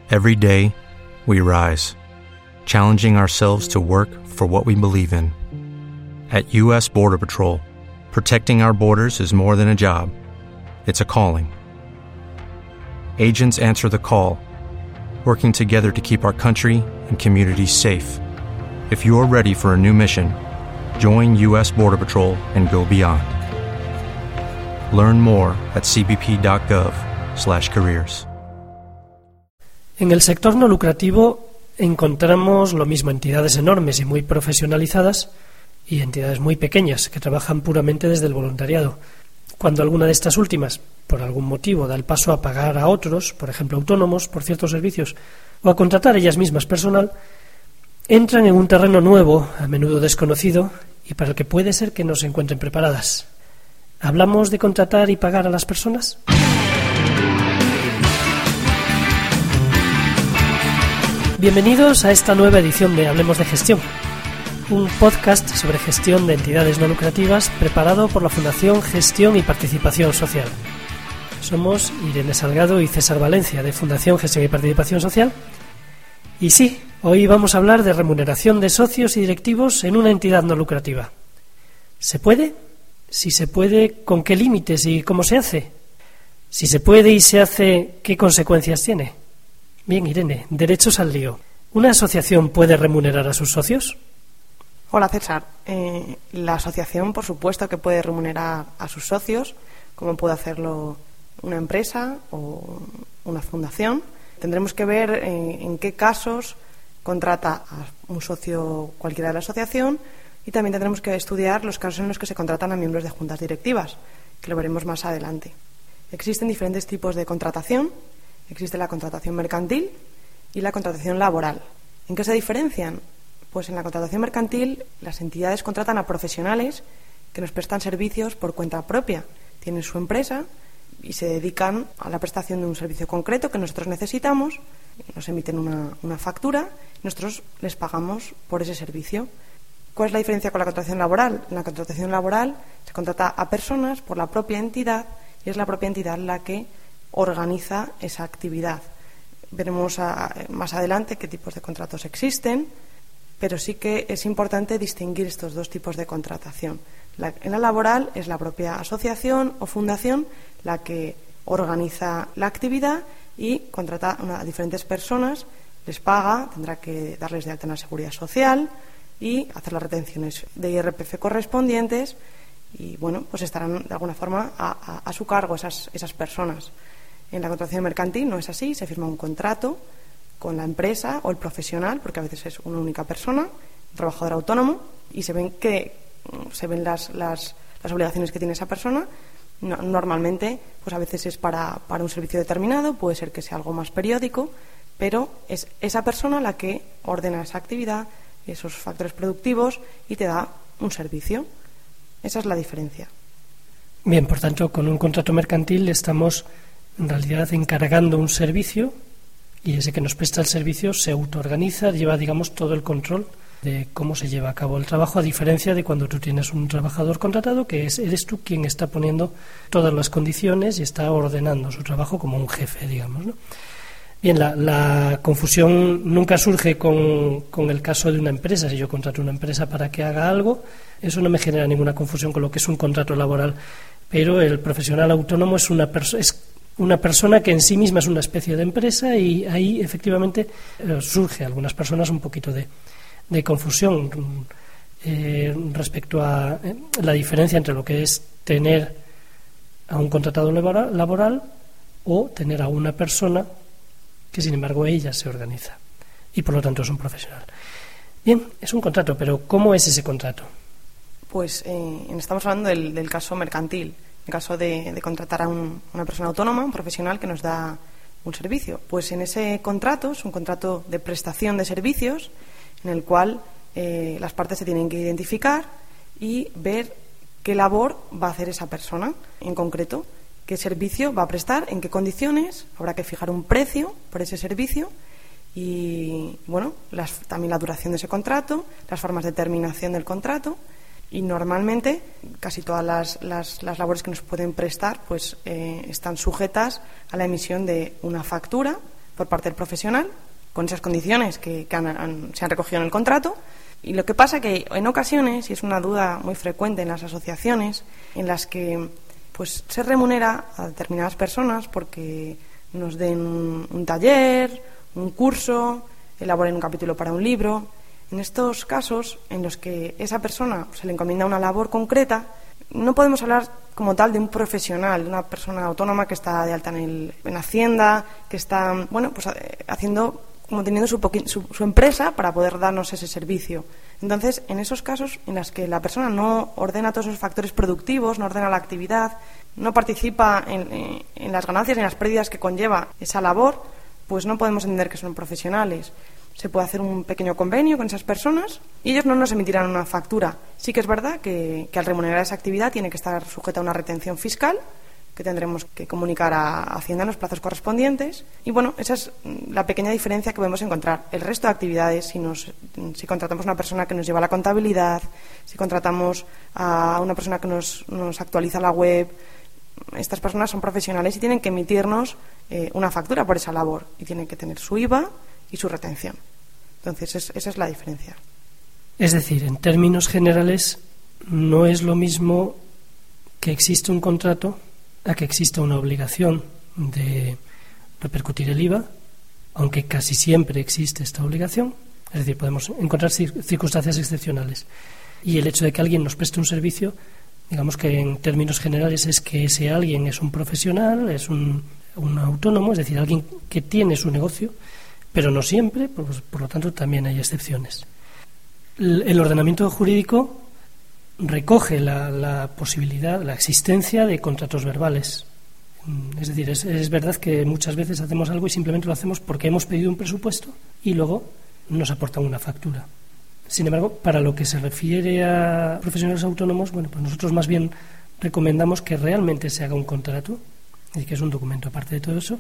Every day, we rise, challenging ourselves to work for what we believe in. At U.S. Border Patrol, protecting our borders is more than a job. It's a calling. Agents answer the call, working together to keep our country and communities safe. If you are ready for a new mission, join U.S. Border Patrol and go beyond. Learn more at cbp.gov/careers. En el sector no lucrativo encontramos lo mismo, entidades enormes y muy profesionalizadas y entidades muy pequeñas que trabajan puramente desde el voluntariado. Cuando alguna de estas últimas, por algún motivo, da el paso a pagar a otros, por ejemplo autónomos, por ciertos servicios, o a contratar ellas mismas personal, entran en un terreno nuevo, a menudo desconocido, y para el que puede ser que no se encuentren preparadas. ¿Hablamos de contratar y pagar a las personas? Bienvenidos a esta nueva edición de Hablemos de Gestión, un podcast sobre gestión de entidades no lucrativas preparado por la Fundación Gestión y Participación Social. Somos Irene Salgado y César Valencia, de Fundación Gestión y Participación Social. Y sí, hoy vamos a hablar de remuneración de socios y directivos en una entidad no lucrativa. ¿Se puede? Si se puede, ¿con qué límites y cómo se hace? Si se puede y se hace, ¿qué consecuencias tiene? Bien, Irene, derechos al lío. ¿Una asociación puede remunerar a sus socios? Hola, César. La asociación, por supuesto, que puede remunerar a sus socios, como puede hacerlo una empresa o una fundación. Tendremos que ver en qué casos contrata a un socio cualquiera de la asociación, y también tendremos que estudiar los casos en los que se contratan a miembros de juntas directivas, que lo veremos más adelante. Existen diferentes tipos de contratación. Existe la contratación mercantil y la contratación laboral. ¿En qué se diferencian? Pues en la contratación mercantil las entidades contratan a profesionales que nos prestan servicios por cuenta propia. Tienen su empresa y se dedican a la prestación de un servicio concreto que nosotros necesitamos. Nos emiten una factura y nosotros les pagamos por ese servicio. ¿Cuál es la diferencia con la contratación laboral? En la contratación laboral se contrata a personas por la propia entidad y es la propia entidad la que organiza esa actividad. Veremos más adelante qué tipos de contratos existen, pero sí que es importante distinguir estos dos tipos de contratación. En la laboral es la propia asociación o fundación la que organiza la actividad y contrata a diferentes personas, les paga, tendrá que darles de alta en la seguridad social y hacer las retenciones de IRPF correspondientes y, bueno, pues estarán de alguna forma a su cargo esas personas. En la contratación mercantil no es así, se firma un contrato con la empresa o el profesional, porque a veces es una única persona, un trabajador autónomo, y se ven las obligaciones que tiene esa persona. Normalmente, pues a veces es para un servicio determinado, puede ser que sea algo más periódico, pero es esa persona la que ordena esa actividad, esos factores productivos y te da un servicio. Esa es la diferencia. Bien, por tanto, con un contrato mercantil estamos en realidad encargando un servicio y ese que nos presta el servicio se autoorganiza, lleva, digamos, todo el control de cómo se lleva a cabo el trabajo, a diferencia de cuando tú tienes un trabajador contratado, que eres tú quien está poniendo todas las condiciones y está ordenando su trabajo como un jefe, digamos, ¿no? Bien, la confusión nunca surge con el caso de una empresa. Si yo contrato una empresa para que haga algo, eso no me genera ninguna confusión con lo que es un contrato laboral, pero el profesional autónomo es una persona que en sí misma es una especie de empresa y ahí efectivamente surge a algunas personas un poquito de confusión respecto a la diferencia entre lo que es tener a un contratado laboral o tener a una persona que sin embargo ella se organiza y por lo tanto es un profesional. Bien, es un contrato, pero ¿cómo es ese contrato? Pues estamos hablando del caso mercantil. En caso de contratar a una persona autónoma, un profesional que nos da un servicio. Pues en ese contrato, es un contrato de prestación de servicios, en el cual las partes se tienen que identificar y ver qué labor va a hacer esa persona en concreto, qué servicio va a prestar, en qué condiciones, habrá que fijar un precio por ese servicio y, bueno, también la duración de ese contrato, las formas de terminación del contrato. Y normalmente casi todas las labores que nos pueden prestar pues están sujetas a la emisión de una factura por parte del profesional, con esas condiciones que se han recogido en el contrato. Y lo que pasa que en ocasiones, y es una duda muy frecuente en las asociaciones, en las que pues se remunera a determinadas personas porque nos den un taller, un curso, elaboren un capítulo para un libro. En estos casos, en los que esa persona se le encomienda una labor concreta, no podemos hablar como tal de un profesional, de una persona autónoma que está de alta en Hacienda, que está, pues teniendo su empresa para poder darnos ese servicio. Entonces, en esos casos en los que la persona no ordena todos esos factores productivos, no ordena la actividad, no participa en las ganancias y en las pérdidas que conlleva esa labor, pues no podemos entender que son profesionales. Se puede hacer un pequeño convenio con esas personas y ellos no nos emitirán una factura. Sí que es verdad que al remunerar esa actividad tiene que estar sujeta a una retención fiscal que tendremos que comunicar a Hacienda en los plazos correspondientes. Y bueno, esa es la pequeña diferencia que podemos encontrar. El resto de actividades, si contratamos a una persona que nos lleva la contabilidad, si contratamos a una persona que nos actualiza la web, estas personas son profesionales y tienen que emitirnos una factura por esa labor y tienen que tener su IVA y su retención. Entonces, esa es la diferencia. Es decir, en términos generales, no es lo mismo que existe un contrato a que exista una obligación de repercutir el IVA, aunque casi siempre existe esta obligación. Es decir, podemos encontrar circunstancias excepcionales. Y el hecho de que alguien nos preste un servicio, digamos que en términos generales es que ese alguien es un profesional, es un autónomo, es decir, alguien que tiene su negocio, pero no siempre, por lo tanto también hay excepciones. El ordenamiento jurídico recoge la posibilidad, la existencia de contratos verbales. Es decir, es verdad que muchas veces hacemos algo y simplemente lo hacemos porque hemos pedido un presupuesto y luego nos aportan una factura. Sin embargo, para lo que se refiere a profesionales autónomos, pues nosotros más bien recomendamos que realmente se haga un contrato, y que es un documento aparte de todo eso,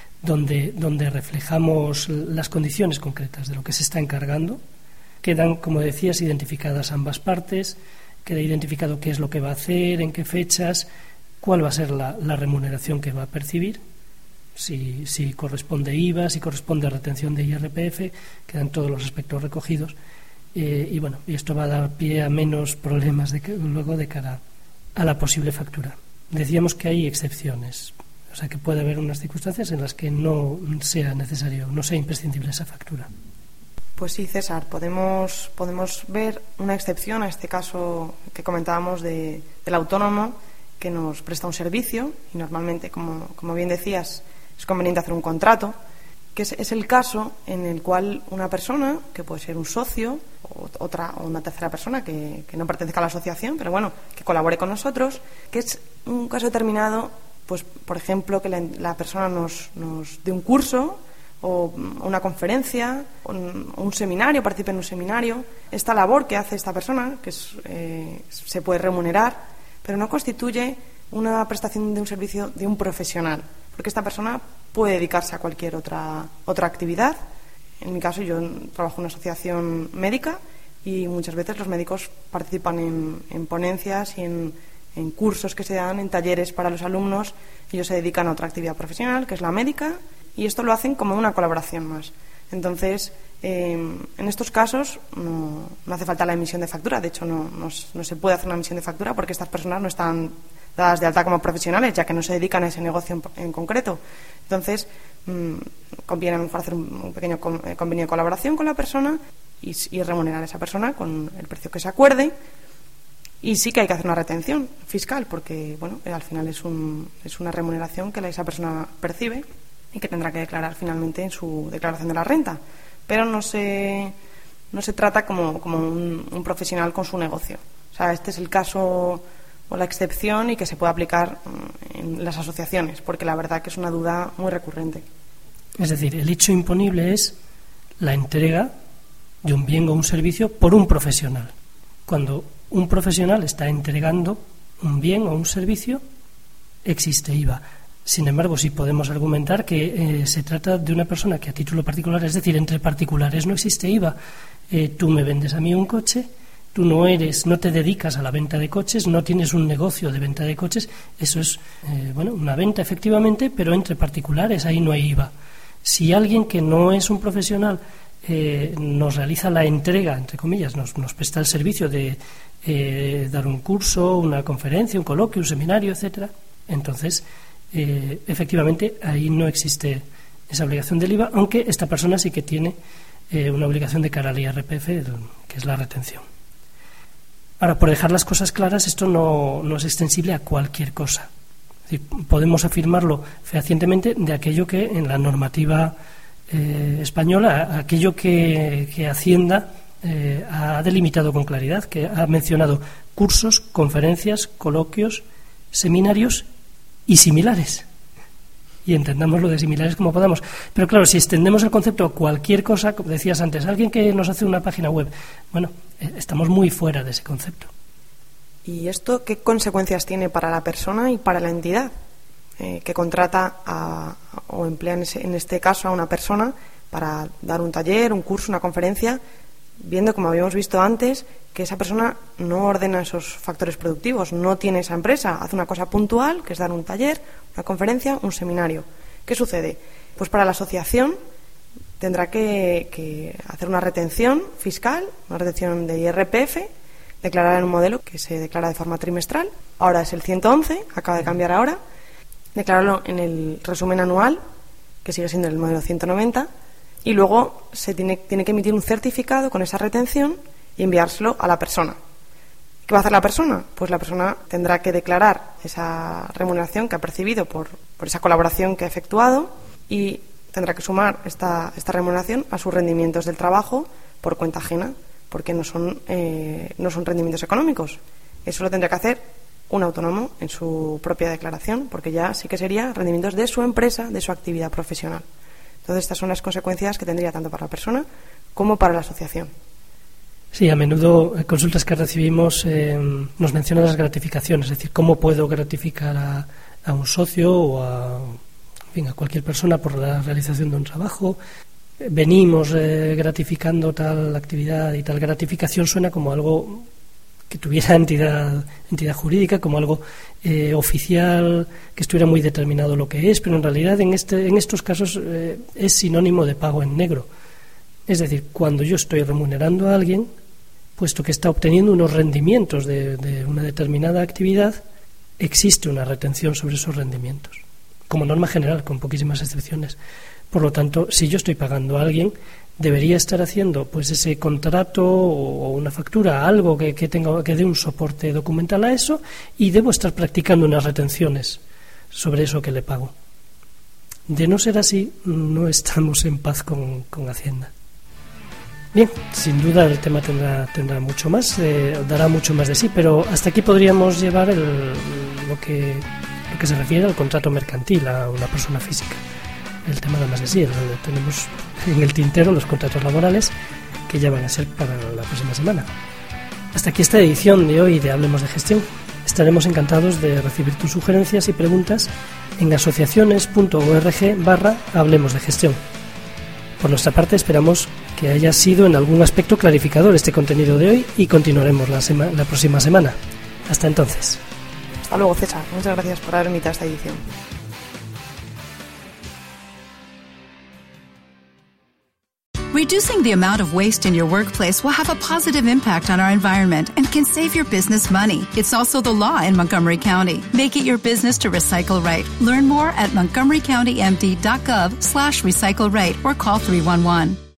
donde reflejamos las condiciones concretas de lo que se está encargando. Quedan, como decías, identificadas ambas partes, queda identificado qué es lo que va a hacer, en qué fechas, cuál va a ser la remuneración que va a percibir, si corresponde IVA, si corresponde retención de IRPF, quedan todos los aspectos recogidos. Y esto va a dar pie a menos problemas luego de cara a la posible factura. Decíamos que hay excepciones, o sea que puede haber unas circunstancias en las que no sea necesario, no sea imprescindible esa factura. Pues sí, César, podemos ver una excepción a este caso que comentábamos del autónomo que nos presta un servicio y normalmente, como bien decías, es conveniente hacer un contrato, que es el caso en el cual una persona, que puede ser un socio o una tercera persona que no pertenezca a la asociación, pero bueno, que colabore con nosotros, que es un caso determinado, pues por ejemplo, que la persona nos dé un curso o una conferencia, o un seminario, participe en un seminario. Esta labor que hace esta persona, que se puede remunerar, pero no constituye una prestación de un servicio de un profesional, porque esta persona puede dedicarse a cualquier otra actividad. En mi caso, yo trabajo en una asociación médica y muchas veces los médicos participan en ponencias y en cursos que se dan, en talleres para los alumnos. Ellos se dedican a otra actividad profesional, que es la médica, y esto lo hacen como una colaboración más. Entonces, en estos casos no hace falta la emisión de factura. De hecho, no se puede hacer una emisión de factura porque estas personas no están dadas de alta como profesionales, ya que no se dedican a ese negocio en concreto. Entonces, conviene a lo mejor hacer un pequeño convenio de colaboración con la persona y remunerar a esa persona con el precio que se acuerde. Y sí que hay que hacer una retención fiscal porque, al final es una remuneración que esa persona percibe y que tendrá que declarar finalmente en su declaración de la renta. Pero no se trata como un profesional con su negocio. O sea, este es el caso o la excepción y que se puede aplicar en las asociaciones, porque la verdad que es una duda muy recurrente. Es decir, el hecho imponible es la entrega de un bien o un servicio por un profesional. Cuando un profesional está entregando un bien o un servicio, existe IVA. Sin embargo, sí podemos argumentar que se trata de una persona que a título particular, es decir, entre particulares no existe IVA. Tú me vendes a mí un coche, tú no te dedicas a la venta de coches, no tienes un negocio de venta de coches, eso es una venta efectivamente, pero entre particulares, ahí no hay IVA. Si alguien que no es un profesional nos realiza la entrega, entre comillas, nos presta el servicio de dar un curso, una conferencia, un coloquio, un seminario, etcétera, entonces efectivamente ahí no existe esa obligación del IVA, aunque esta persona sí que tiene una obligación de cara al IRPF, que es la retención. Ahora, por dejar las cosas claras, esto no es extensible a cualquier cosa. Es decir, podemos afirmarlo fehacientemente de aquello que en la normativa española, aquello que Hacienda ha delimitado con claridad, que ha mencionado cursos, conferencias, coloquios, seminarios y similares. Y entendamos lo de similares como podamos. Pero claro, si extendemos el concepto a cualquier cosa, como decías antes, alguien que nos hace una página web, bueno, estamos muy fuera de ese concepto. ¿Y esto qué consecuencias tiene para la persona y para la entidad que contrata o emplea en este caso a una persona para dar un taller, un curso, una conferencia, viendo, como habíamos visto antes, que esa persona no ordena esos factores productivos, no tiene esa empresa, hace una cosa puntual, que es dar un taller, una conferencia, un seminario? ¿Qué sucede? Pues para la asociación tendrá que hacer una retención fiscal, una retención de IRPF, declarar en un modelo que se declara de forma trimestral. Ahora es el 111, acaba de cambiar ahora. Declararlo en el resumen anual, que sigue siendo el modelo 190, y luego se tiene que emitir un certificado con esa retención y enviárselo a la persona. ¿Qué va a hacer la persona? Pues la persona tendrá que declarar esa remuneración que ha percibido por esa colaboración que ha efectuado y tendrá que sumar esta remuneración a sus rendimientos del trabajo por cuenta ajena, porque no son rendimientos económicos. Eso lo tendría que hacer un autónomo en su propia declaración, porque ya sí que sería rendimientos de su empresa, de su actividad profesional. Entonces, estas son las consecuencias que tendría tanto para la persona como para la asociación. Sí, a menudo consultas que recibimos nos mencionan las gratificaciones, es decir, cómo puedo gratificar a un socio o a cualquier persona por la realización de un trabajo. Venimos gratificando tal actividad, y tal gratificación suena como algo que tuviera entidad jurídica, como algo oficial, que estuviera muy determinado lo que es, pero en realidad en estos casos es sinónimo de pago en negro. Es decir, cuando yo estoy remunerando a alguien, puesto que está obteniendo unos rendimientos de una determinada actividad, existe una retención sobre esos rendimientos, como norma general, con poquísimas excepciones. Por lo tanto, si yo estoy pagando a alguien, debería estar haciendo pues ese contrato o una factura, algo que dé un soporte documental a eso, y debo estar practicando unas retenciones sobre eso que le pago. De no ser así, no estamos en paz con Hacienda. Bien, sin duda el tema tendrá mucho más, dará mucho más de sí, pero hasta aquí podríamos llevar lo que se refiere al contrato mercantil a una persona física. El tema da más de sí, tenemos en el tintero los contratos laborales, que ya van a ser para la próxima semana. Hasta aquí esta edición de hoy de Hablemos de Gestión. Estaremos encantados de recibir tus sugerencias y preguntas en asociaciones.org/Hablemos de Gestión. Por nuestra parte, esperamos que haya sido en algún aspecto clarificador este contenido de hoy y continuaremos la próxima semana. Hasta entonces. Hasta luego, César. Muchas gracias por haber invitado a esta edición. Reducing the amount of waste in your workplace will have a positive impact on our environment and can save your business money. It's also the law in Montgomery County. Make it your business to recycle right. Learn more at montgomerycountymd.gov/recycle right or call 311.